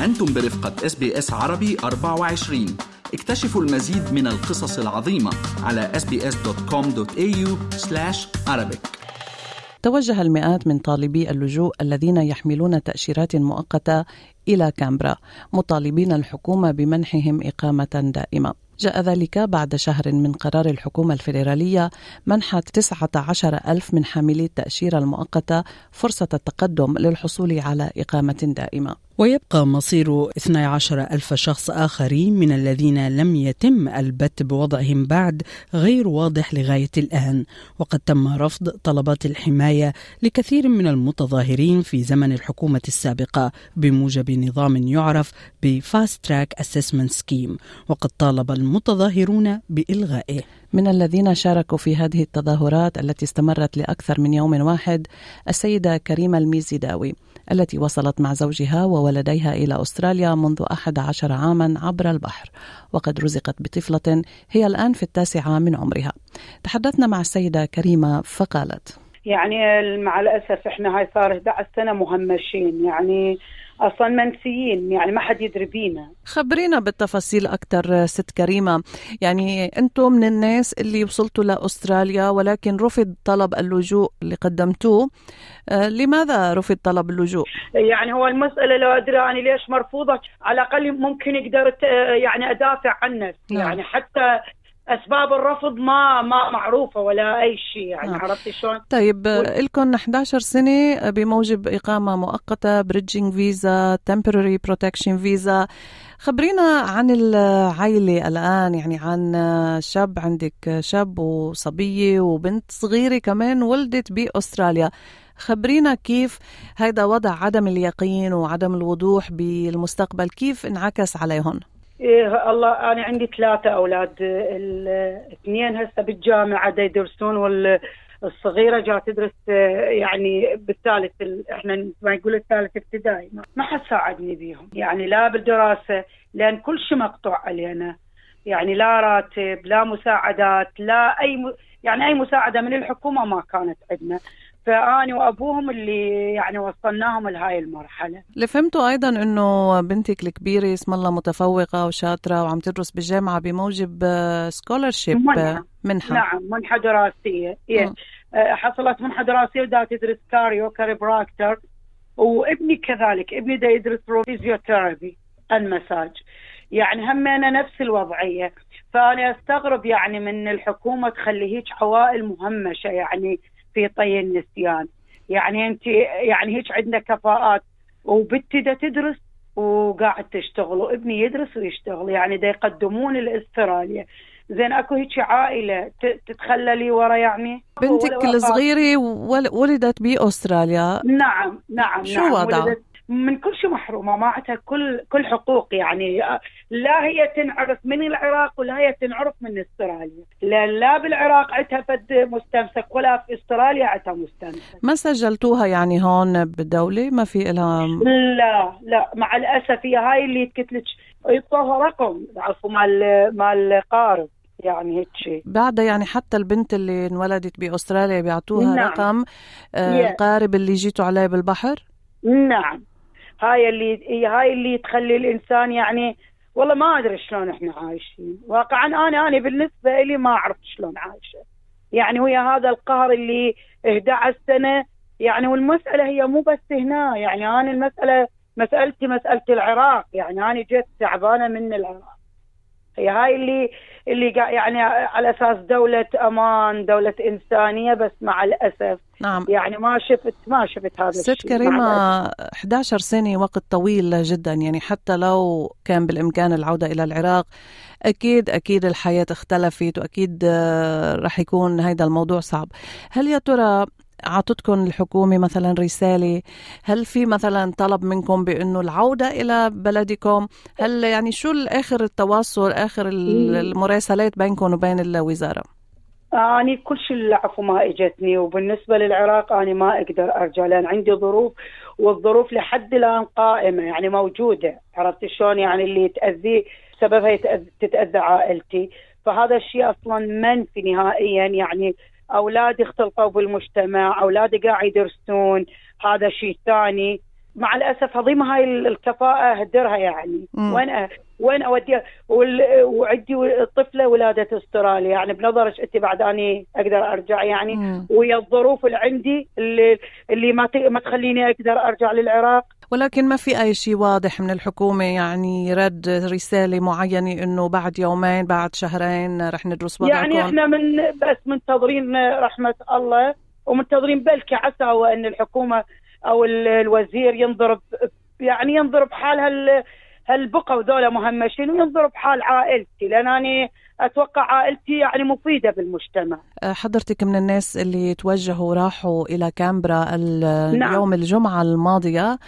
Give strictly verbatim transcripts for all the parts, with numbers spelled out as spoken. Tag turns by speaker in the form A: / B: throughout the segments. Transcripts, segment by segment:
A: أنتم برفقة إس بي إس عربي أربعة وعشرين. اكتشفوا المزيد من القصص العظيمة على إس بي إس دوت كوم دوت إيه يو سلاش عربيك.
B: توجه المئات من طالبي اللجوء الذين يحملون تأشيرات مؤقتة إلى كامبرا مطالبين الحكومة بمنحهم إقامة دائمة. جاء ذلك بعد شهر من قرار الحكومة الفيدرالية منح تسعة عشر ألف من حاملي التأشيرة المؤقتة فرصة التقدم للحصول على إقامة دائمة.
C: ويبقى مصير اثني عشر ألف شخص آخرين من الذين لم يتم البت بوضعهم بعد غير واضح لغاية الآن. وقد تم رفض طلبات الحماية لكثير من المتظاهرين في زمن الحكومة السابقة بموجب نظام يعرف بفاست تراك أسسمنت سكيم، وقد طالب المتظاهرون بإلغائه.
B: من الذين شاركوا في هذه التظاهرات التي استمرت لأكثر من يوم واحد السيدة كريمة الميزيداوي التي وصلت مع زوجها وولديها إلى أستراليا منذ أحد عشر عاما عبر البحر، وقد رزقت بطفلة هي الآن في التاسعة من عمرها. تحدثنا مع السيدة كريمة فقالت:
D: يعني مع الأسف إحنا هاي صار إحدى عشرة سنة مهمشين، يعني أصلا منسيين، يعني ما حد يدري بينا.
B: خبرينا بالتفاصيل أكتر ست كريمة، يعني أنتم من الناس اللي وصلتوا لأستراليا ولكن رفض طلب اللجوء اللي قدمتوه. آه لماذا رفض طلب اللجوء؟
D: يعني هو المسألة لو أدري أنا ليش مرفوضة، على الأقل ممكن يقدر يعني أدافع عن نفسي، يعني حتى أسباب الرفض ما ما معروفة ولا أي شيء، يعني آه. عرفتي شلون؟
B: طيب و... لكم إحدى عشر سنة بموجب إقامة مؤقتة بريدجينج فيزا temporary protection فيزا. خبرينا عن العائلة الآن، يعني عن شاب، عندك شاب وصبية وبنت صغيرة كمان ولدت بأستراليا. خبرينا كيف هذا وضع عدم اليقين وعدم الوضوح بالمستقبل كيف انعكس عليهم؟
D: إيه الله، أنا عندي ثلاثة أولاد، الاثنين هسه بالجامعة دا يدرسون، والصغيرة جا تدرس يعني بالثالث، إحنا ما يقول الثالث ابتدائي. ما حد ساعدني بيهم، يعني لا بالدراسة، لأن كل شيء مقطوع علينا، يعني لا راتب لا مساعدات لا أي م... يعني أي مساعدة من الحكومة ما كانت عندنا. فأنا وأبوهم اللي يعني وصلناهم لهاي المرحلة.
B: اللي فهمته أيضا أنه بنتك الكبيرة اسم الله متفوقة وشاطرة وعم تدرس بالجامعة بموجب سكولرشيب
D: منحة.
B: منحة
D: نعم منحة دراسية. إيه. حصلت منحة دراسية ودا تدرس كاريو كاريبراكتر، وابني كذلك، ابني دا يدرس فيزيوثيرابي المساج، يعني همنا نفس الوضعية. فأنا أستغرب يعني من الحكومة تخلي هيك عوائل مهمشة يعني في طي النسيان. يعني انت يعني هيك عندنا كفاءات، وبنتي دا تدرس وقاعد تشتغل، وابني يدرس ويشتغل، يعني دا يقدمون الاستراليا. زين اكو هيك عائله تتخللي ورا يعني.
B: بنتك الصغيره ولدت باستراليا؟
D: نعم نعم.
B: شو
D: نعم
B: وضعها؟
D: من كل شيء محرومه، ما عندها كل كل حقوق، يعني لا هي تنعرف من العراق ولا هي تنعرف من استراليا، لا, لا بالعراق عندها فد مستمسك ولا في استراليا عندها مستمسك.
B: ما سجلتوها يعني هون بالدوله؟ ما في لها؟
D: لا لا مع الاسف هي هاي اللي تكتلك يعطوها رقم عفوا مال مال قارب، يعني هيك شيء
B: بعدها. يعني حتى البنت اللي انولدت باستراليا بيعطوها
D: نعم.
B: رقم آه القارب اللي جيتوا عليه بالبحر.
D: نعم هاي اللي هاي اللي تخلي الانسان يعني والله ما ادري شلون احنا عايشين واقعا. انا انا بالنسبه لي ما اعرف شلون عايشه، يعني ويا هذا القهر اللي إحدى عشرة سنه يعني. والمساله هي مو بس هنا، يعني انا المساله مسالتي مساله العراق، يعني انا جيت تعبانه من العراق. هي هاي اللي اللي يعني على اساس دوله امان دوله انسانيه، بس مع الاسف
B: نعم.
D: يعني ما شفت ما شفت هذا الشيء.
B: ست كريمة إحدى عشرة سنة وقت طويل جدا، يعني حتى لو كان بالإمكان العودة إلى العراق أكيد أكيد الحياة اختلفت، وأكيد رح يكون هذا الموضوع صعب. هل يا ترى عطتكم الحكومة مثلا رسالة؟ هل في مثلا طلب منكم بأنه العودة إلى بلدكم؟ هل يعني شو آخر التواصل آخر المراسلات بينكم وبين الوزارة؟
D: أنا كل شيء العفو ما إجتني، وبالنسبة للعراق أنا ما أقدر أرجع لأن عندي ظروف، والظروف لحد الآن قائمة يعني موجودة. عرفت شلون؟ يعني اللي تأذي سببها تتأذى عائلتي، فهذا الشيء أصلا منفي نهائيا. يعني أولادي اختلطوا بالمجتمع، أولادي قاعد يدرسون، هذا شيء ثاني. مع الاسف هضيمه هاي الكفاءه هدرها يعني. م. وين وين اوديها؟ وعندي طفله ولاده استراليا، يعني بنظرش انت بعد اني اقدر ارجع يعني. م. ويا الظروف اللي عندي اللي اللي ما ما تخليني اقدر ارجع للعراق.
B: ولكن ما في أي شيء واضح من الحكومة، يعني رد رسالة معينة إنه بعد يومين بعد شهرين رح ندرس وضعكم؟
D: يعني إحنا من بس منتظرين رحمة الله، ومنتظرين بلكي عسى وأن الحكومة أو الوزير ينظر يعني ينظر بحال هال هالبقى وذولا مهمشين، وينظر بحال عائلتي، لأن أنا أتوقع عائلتي يعني مفيدة بالمجتمع.
B: حضرتك من الناس اللي توجهوا راحوا إلى كامبرا اليوم نعم. الجمعة الماضية،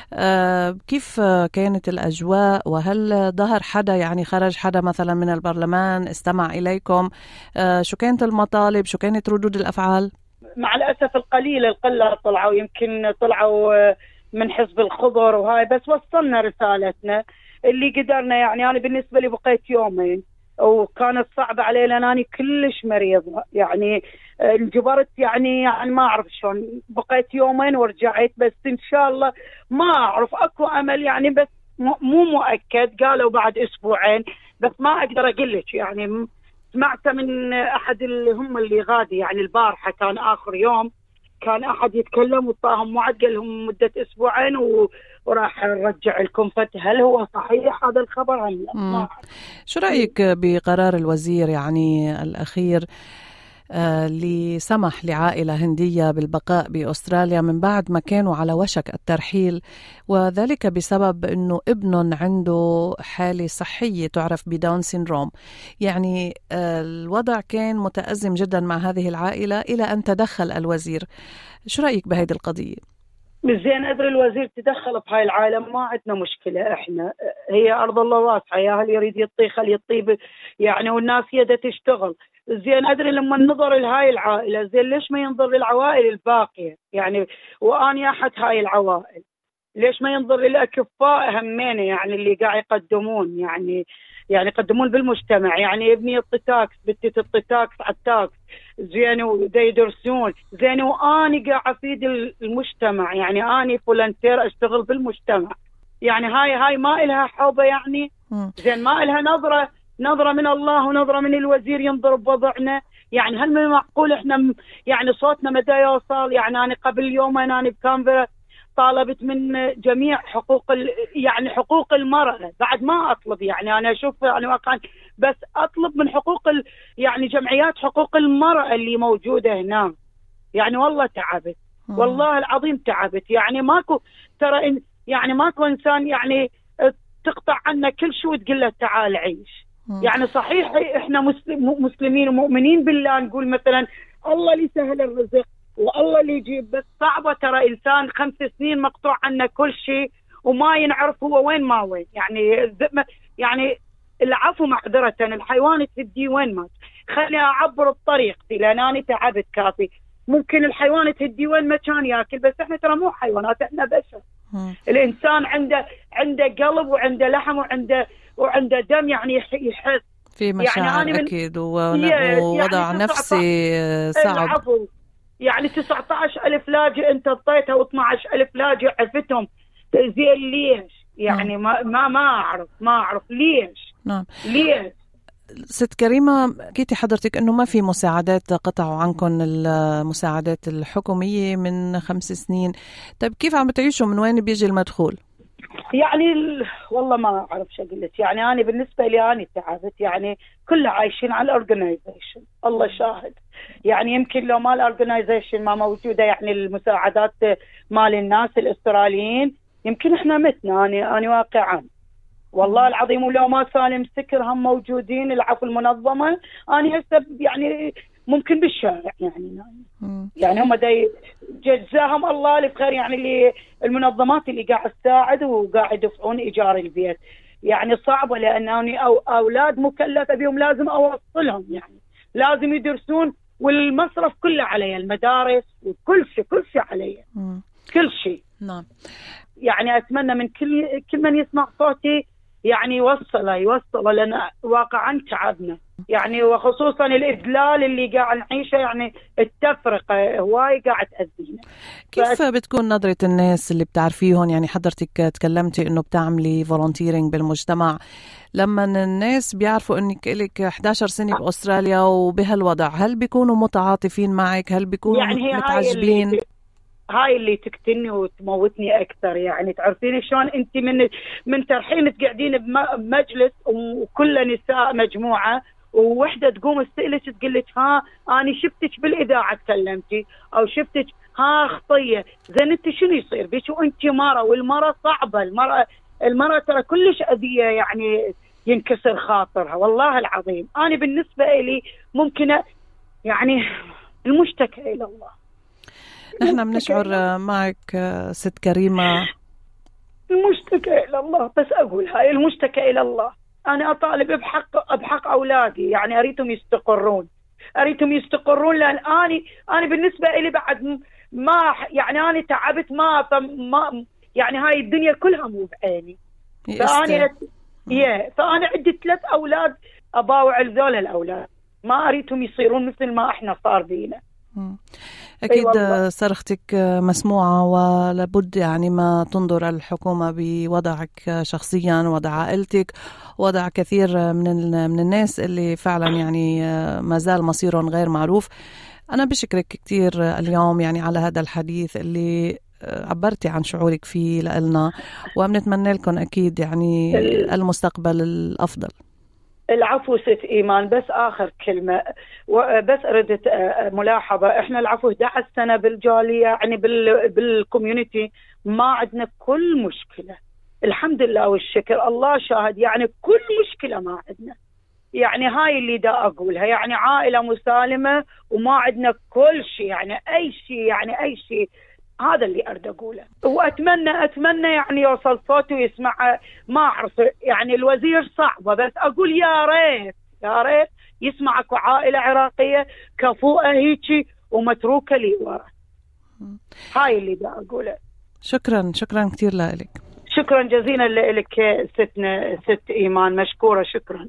B: كيف كانت الأجواء؟ وهل ظهر حدا يعني خرج حدا مثلا من البرلمان استمع إليكم؟ شو كانت المطالب؟ شو كانت ردود الأفعال؟
D: مع الأسف القليل القلة طلعوا، يمكن طلعوا من حزب الخضر وهاي، بس وصلنا رسالتنا اللي قدرنا. يعني أنا بالنسبة لي بقيت يومين وكانت صعبة علي لأن أنا كلش مريضة، يعني انجبرت يعني يعني ما أعرف شلون، بقيت يومين ورجعت. بس إن شاء الله ما أعرف أكو أمل يعني، بس مو مؤكد، قالوا بعد أسبوعين، بس ما أقدر أقول لك. يعني سمعت من أحد اللي هم اللي غادي يعني البارحة كان آخر يوم، كان أحد يتكلم وطاهم موعد قال لهم مدة أسبوعين و... وراح نرجع لكم. هل هو صحيح هذا الخبر أم لا؟
B: شو رأيك بقرار الوزير يعني الأخير آه اللي سمح لعائلة هندية بالبقاء بأستراليا من بعد ما كانوا على وشك الترحيل، وذلك بسبب أنه ابن عنده حالة صحية تعرف بداون سيندروم؟ يعني آه الوضع كان متأزم جدا مع هذه العائلة إلى أن تدخل الوزير. شو رأيك بهذه القضية؟
D: زين أدري الوزير تدخل بهاي العالم، ما عندنا مشكلة. إحنا هي أرض الله واسعة، يا هل يريد يطي خل يطيب يعني، والناس يدها تشتغل. زين أدري لما ننظر لهاي العائلة، زين ليش ما ينظر للعوائل الباقية يعني؟ وأنا أحد هاي العوائل، ليش ما ينظر للأكفاء همينة يعني اللي قاعد يقدمون يعني يعني يقدمون بالمجتمع. يعني ابني يطي تاكس، بنتي تطي تاكس على التاكس، زين ودا يدرسون، زين واني قاعد افيد المجتمع، يعني اني فولنتير اشتغل بالمجتمع. يعني هاي هاي ما إلها حوبة يعني، زين ما إلها نظرة نظرة من الله ونظرة من الوزير ينظر بوضعنا. يعني هل من معقول احنا يعني صوتنا متى يوصل؟ يعني انا قبل يومين انا بكامبرا طالبت من جميع حقوق يعني حقوق المرأة، بعد ما أطلب يعني أنا أشوف يعني واقعا، بس أطلب من حقوق يعني جمعيات حقوق المرأة اللي موجودة هنا. يعني والله تعبت، والله العظيم تعبت. يعني ماكو ترى إن يعني ماكو إنسان يعني تقطع عنا كل شيء وتقول له تعال عيش. يعني صحيح إحنا مسلمين ومؤمنين بالله، نقول مثلا الله اللي سهل الرزق والله اللي يجيب، بس صعبة ترى إنسان خمس سنين مقطوع عنه كل شيء وما ينعرف هو وين ما وين. يعني يعني العفو معذرة، الحيوان تهديه وين ما خلي أعبر بطريقتي، لأن أنا تعبت كافي. ممكن الحيوان تهديه وين ما كان يأكل، بس إحنا ترى مو حيوانات، إحنا بشر. الإنسان عنده عنده قلب وعنده لحم وعنده وعنده دم، يعني يحس
B: في مشاعر يعني أكيد ووضع يعني نفسي صعب.
D: يعني تسعة عشر ألف لاجئ أنت اعطيتها و12 ألف لاجئ عفتهم، زين ليش؟ يعني ما ما ما أعرف ما أعرف ليش؟
B: نعم
D: ليش؟
B: ست كريمة، حكيتي حضرتك إنه ما في مساعدات، قطعوا عنكم المساعدات الحكومية من خمس سنين. طيب كيف عم بتعيشوا؟ من وين بيجي المدخول؟
D: يعني ال... والله ما أعرف شو أقول لك. يعني أنا بالنسبة لي أنا تعبت، يعني كلها عايشين على الأورجنايزيشن، الله شاهد. يعني يمكن لو ما الأورجنايزيشن ما موجودة، يعني المساعدات مال الناس الأستراليين، يمكن إحنا متنا. أنا أنا واقعا والله العظيم، ولو ما سالم سكر هم موجودين العفو المنظمة، أنا هسه يعني ممكن بالشارع يعني
B: م.
D: يعني هم داي جزاهم الله الخير، يعني اللي المنظمات اللي قاعد تساعد وقاعد يدفعون إيجار البيت. يعني صعبة لأنني أو أولاد مكلفة بهم، لازم أوصلهم، يعني لازم يدرسون، والمصرف كله علي، المدارس وكل شيء كل شيء علي
B: م.
D: كل شيء.
B: نعم.
D: يعني أتمنى من كل كل من يسمع صوتي يعني يوصله يوصله، لأن واقعا تعبنا يعني وخصوصا الإذلال اللي قاعد نعيشه، يعني التفرقة هواي قاعد تأذينا.
B: كيف ف... بتكون نظرة الناس اللي بتعرفيهم؟ يعني حضرتك تكلمتي إنه بتعملي فولونتيرينج بالمجتمع، لما الناس بيعرفوا إنك لك إحدى عشر سنة بأستراليا وبهالوضع، هل بيكونوا متعاطفين معك؟ هل بيكونوا
D: يعني
B: متعجبين؟
D: هاي اللي... هاي اللي تقتلني وتموتني أكثر. يعني تعرفين شلون أنت من من ترحين تقعدين بمجلس وكل نساء مجموعة، ووحدة تقوم تسألك تقول لك ها أنا شفتك بالإذاعة تكلمتي أو شفتك ها خطية، زين أنت شنو يصير بيش وأنت مرة؟ والمرة صعبة، المرة المرة ترى كلش أذية، يعني ينكسر خاطرها والله العظيم. أنا بالنسبة لي ممكن يعني المشتكى إلى الله.
B: نحن بنشعر معك ست كريمة،
D: المشتكى إلى الله. بس أقول هاي المشتكى إلى الله. أنا أطالب بحق بحق أولادي، يعني أريدهم يستقرون، أريدهم يستقرون لأن أنا أنا بالنسبة لي بعد ما يعني أنا تعبت ما فما يعني هاي الدنيا كلها مو بعيني. فأنا يا فأنا عندي ثلاث أولاد أباوع ذول الأولاد، ما أريدهم يصيرون مثل ما إحنا صار بينا.
B: أكيد أيوة صرختك مسموعة، ولابد يعني ما تنظر الحكومة بوضعك شخصيا، وضع عائلتك، وضع كثير من من الناس اللي فعلا يعني ما زال مصيرهم غير معروف. أنا بشكرك كتير اليوم يعني على هذا الحديث اللي عبرتي عن شعورك فيه لنا، وبنتمنى لكم أكيد يعني المستقبل الأفضل.
D: العفو ست إيمان، بس آخر كلمة بس أردت ملاحظة. إحنا العفو إحدى عشرة سنة بالجالية، يعني بال بالكوميونيتي ما عندنا كل مشكلة، الحمد لله والشكر، الله شاهد، يعني كل مشكلة ما عندنا. يعني هاي اللي دا أقولها، يعني عائلة مسالمة وما عندنا كل شيء، يعني أي شيء، يعني أي شيء. هذا اللي أريد أقوله، وأتمنى أتمنى يعني يوصل صوتي ويسمع. ما أعرف يعني الوزير صعبة، بس أقول يا ريت يا ريت يسمعك عائلة عراقية كفوءة هيجي ومتروكة لي ورا. هاي اللي دا أقوله.
B: شكرا شكرا كتير لك.
D: شكرا جزيلا لك ستنا ست إيمان، مشكورة، شكرا.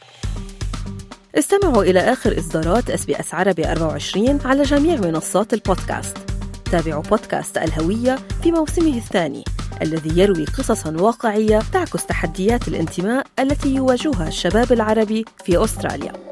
E: استمعوا إلى آخر إصدارات إس بي إس عربي أربعة وعشرين على جميع منصات البودكاست. تابعوا بودكاست الهوية في موسمه الثاني الذي يروي قصصاً واقعية تعكس تحديات الانتماء التي يواجهها الشباب العربي في أستراليا.